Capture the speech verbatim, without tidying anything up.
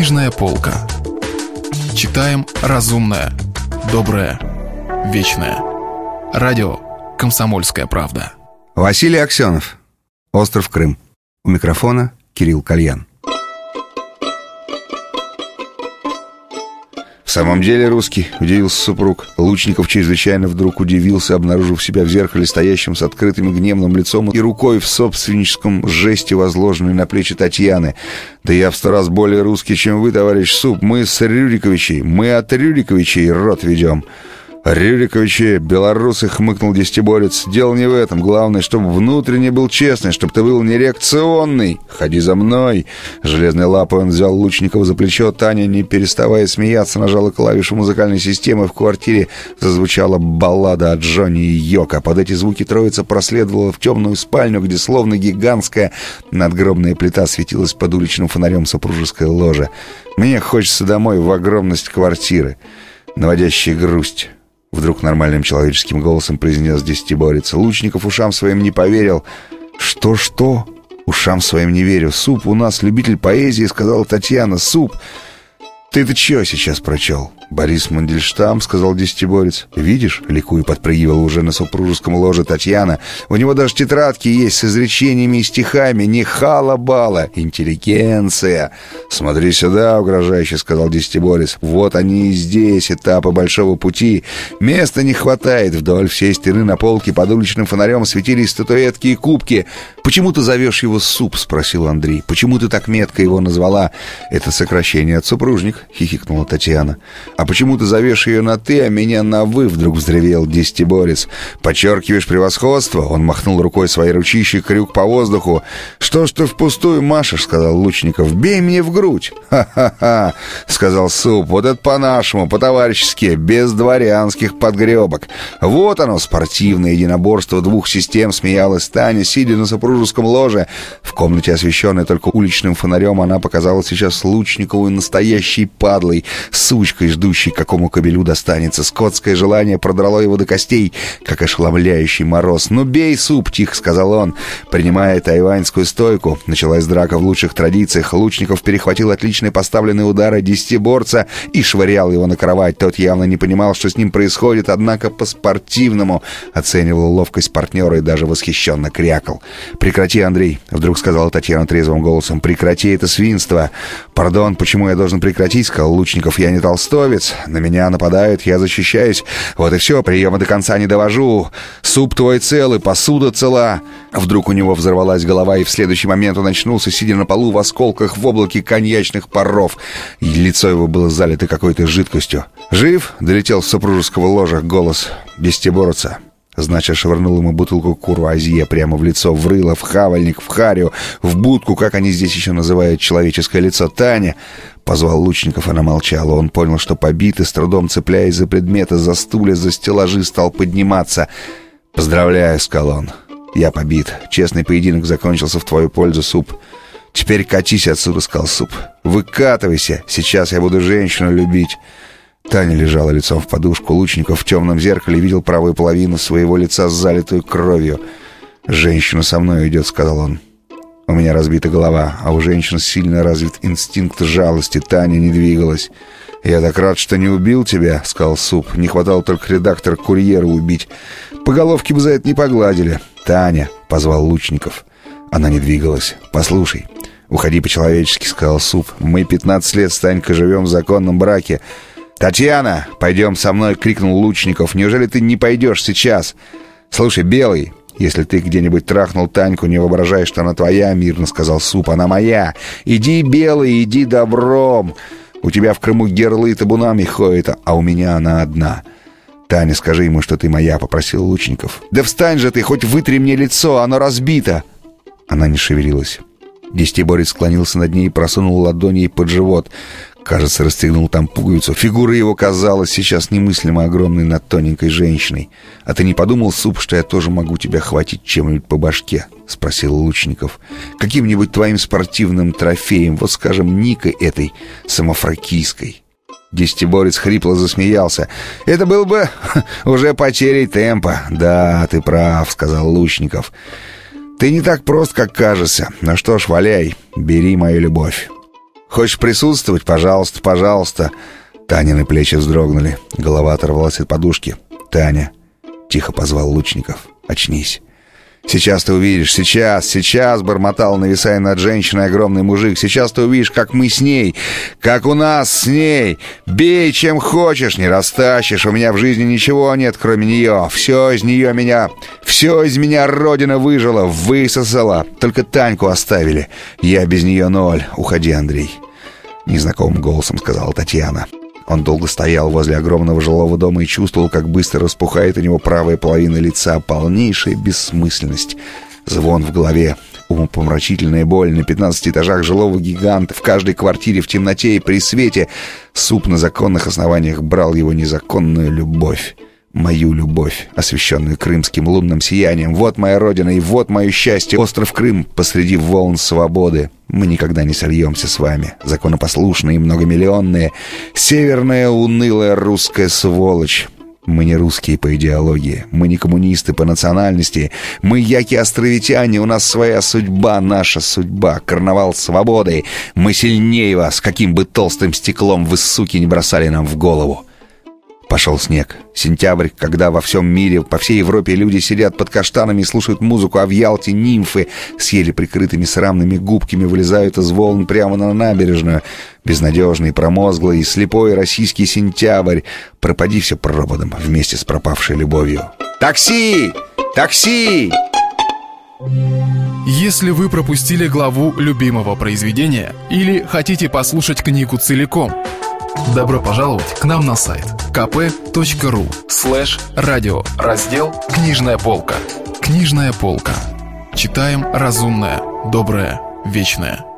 Книжная полка. Читаем разумное, доброе, вечное. Радио «Комсомольская правда». Василий Аксенов. Остров Крым. У микрофона Кирилл Кальян. В самом деле русский, удивился супруг. Лучников чрезвычайно вдруг удивился, обнаружив себя в зеркале, стоящем с открытым гневным лицом и рукой в собственническом жесте, возложенной на плечи Татьяны. «Да я в сто раз более русский, чем вы, товарищ Суп. Мы с Рюриковичей, мы от Рюриковичей род ведем». «Рюриковичи, белорусы», — хмыкнул десятиборец. «Дело не в этом. Главное, чтобы внутренне был честный, чтобы ты был не реакционный. Ходи за мной». Железной лапой он взял Лучникова за плечо. Таня, не переставая смеяться, нажала клавишу музыкальной системы. В квартире зазвучала баллада от Джонни и Йоко. Под эти звуки троица проследовала в темную спальню, где словно гигантская надгробная плита светилась под уличным фонарем супружеская ложа. «Мне хочется домой, в огромность квартиры, наводящая грусть». Вдруг нормальным человеческим голосом произнес десятиборец. Лучников ушам своим не поверил. «Что-что? Ушам своим не верю. Суп у нас любитель поэзии», — сказала Татьяна. «Суп, ты-то чё сейчас прочел?» «Борис Мандельштам», — сказал десятиборец. «Видишь?» — ликуя подпрыгивала уже на супружеском ложе Татьяна. «У него даже тетрадки есть с изречениями и стихами. Не хала-бала, интеллигенция». «Смотри сюда», — угрожающе сказал десятиборец. «Вот они и здесь, этапы большого пути. Места не хватает. Вдоль всей стены на полке под уличным фонарем светились статуэтки и кубки». «Почему ты зовешь его Суп?» — спросил Андрей. «Почему ты так метко его назвала?» «Это сокращение от супружник», — хихикнула Татьяна. «А почему ты зовешь ее на «ты», а меня на «вы», — вдруг взревел десятиборец. «Подчеркиваешь превосходство?» — он махнул рукой своей ручищей, крюк по воздуху. «Что ж ты впустую машешь?» — сказал Лучников. «Бей мне в грудь!» «Ха-ха-ха!» — сказал Суп. «Вот это по-нашему, по-товарищески, без дворянских подгребок. Вот оно, спортивное единоборство двух систем», — смеялась Таня, сидя на супружеском ложе. В комнате, освещенной только уличным фонарем, она показалась сейчас Лучникову настоящей падлой, сучкой, ждущей, какому кобелю достанется. Скотское желание продрало его до костей, как ошеломляющий мороз. «Ну бей, Суп!» — тихо сказал он, принимая тайваньскую стойку. Началась драка в лучших традициях. Лучников перехватил отлично поставленные удары десятиборца и швырял его на кровать. Тот явно не понимал, что с ним происходит, однако по-спортивному оценивал ловкость партнера и даже восхищенно крякал. «Прекрати, Андрей!» — вдруг сказала Татьяна трезвым голосом. «Прекрати это свинство!» «Пардон, почему я должен прекратить?» — сказал Лучников. «Я не толстовец. На меня нападают, я защищаюсь. Вот и все, приема до конца не довожу. Суп твой целый, посуда цела». Вдруг у него взорвалась голова, и в следующий момент он очнулся, сидя на полу в осколках в облаке коньячных паров. И лицо его было залито какой-то жидкостью. «Жив?» — долетел с супружеского ложа голос десятиборца. Значит, швырнул ему бутылку курвуазье прямо в лицо, в рыло, в хавальник, в харю, в будку, как они здесь еще называют человеческое лицо. «Таня!» — позвал Лучников, она молчала. Он понял, что побит, и с трудом цепляясь за предметы, за стулья, за стеллажи, стал подниматься. «Поздравляю», — сказал он. «Я побит. Честный поединок закончился в твою пользу, Суп. Теперь катись отсюда», — сказал Суп. «Выкатывайся. Сейчас я буду женщину любить». Таня лежала лицом в подушку. Лучников в темном зеркале видел правую половину своего лица, залитую кровью. «Женщина со мной идет», — сказал он. «У меня разбита голова, а у женщин сильно развит инстинкт жалости». Таня не двигалась. «Я так рад, что не убил тебя», — сказал Суп. «Не хватало только редактора-курьера убить. По головке бы за это не погладили». «Таня», — позвал Лучников. Она не двигалась. «Послушай, уходи по-человечески», — сказал Суп. «Мы пятнадцать лет с Танькой живем в законном браке». «Татьяна, пойдем со мной!» — крикнул Лучников. «Неужели ты не пойдешь сейчас? Слушай, Белый, если ты где-нибудь трахнул Таньку, не воображай, что она твоя», — мирно сказал Суп. «Она моя. Иди, Белый, иди добром. У тебя в Крыму герлы табунами ходят, а у меня она одна». «Таня, скажи ему, что ты моя», — попросил Лучников. «Да встань же ты, хоть вытри мне лицо, оно разбито». Она не шевелилась. Десятиборец склонился над ней и просунул ладони ей под живот. Кажется, расстегнул там пуговицу. Фигура его казалась сейчас немыслимо огромной над тоненькой женщиной. «А ты не подумал, Суп, что я тоже могу тебя хватить чем-нибудь по башке?» — спросил Лучников. «Каким-нибудь твоим спортивным трофеем, вот, скажем, Никой этой самофракийской». Десятиборец хрипло засмеялся. «Это был бы уже потерей темпа». «Да, ты прав», — сказал Лучников. «Ты не так прост, как кажется. Ну что ж, валяй, бери мою любовь». Хочешь присутствовать? Пожалуйста, пожалуйста». Танины плечи вздрогнули. Голова оторвалась от подушки. «Таня», — тихо позвал Лучников, — «очнись». «Сейчас ты увидишь, сейчас, сейчас», — бормотал, нависая над женщиной огромный мужик. «Сейчас ты увидишь, как мы с ней, как у нас с ней. Бей, чем хочешь, не растащишь. У меня в жизни ничего нет, кроме нее. Все из нее меня, все из меня Родина выжила, высосала. Только Таньку оставили. Я без нее ноль. Уходи, Андрей», — незнакомым голосом сказала Татьяна. Он долго стоял возле огромного жилого дома и чувствовал, как быстро распухает у него правая половина лица. Полнейшая бессмысленность. Звон в голове, умопомрачительная боль на пятнадцати этажах жилого гиганта, в каждой квартире в темноте и при свете. Суп на законных основаниях брал его незаконную любовь. Мою любовь, освещенную крымским лунным сиянием. Вот моя родина и вот мое счастье. Остров Крым посреди волн свободы. Мы никогда не сольемся с вами, законопослушные и многомиллионные. Северная унылая русская сволочь. Мы не русские по идеологии, мы не коммунисты по национальности. Мы яки островитяне, у нас своя судьба, наша судьба. Карнавал свободы. Мы сильнее вас, каким бы толстым стеклом вы, суки, не бросали нам в голову. Пошел снег. Сентябрь, когда во всем мире, по всей Европе люди сидят под каштанами и слушают музыку, а в Ялте нимфы с еле прикрытыми срамными губками вылезают из волн прямо на набережную. Безнадежный, промозглый и слепой российский сентябрь. Пропади все пропадом вместе с пропавшей любовью. Такси! Такси! Если вы пропустили главу любимого произведения или хотите послушать книгу целиком, добро пожаловать к нам на сайт ка пэ точка ру слэш радио, раздел «Книжная полка». Книжная полка. Читаем разумное, доброе, вечное.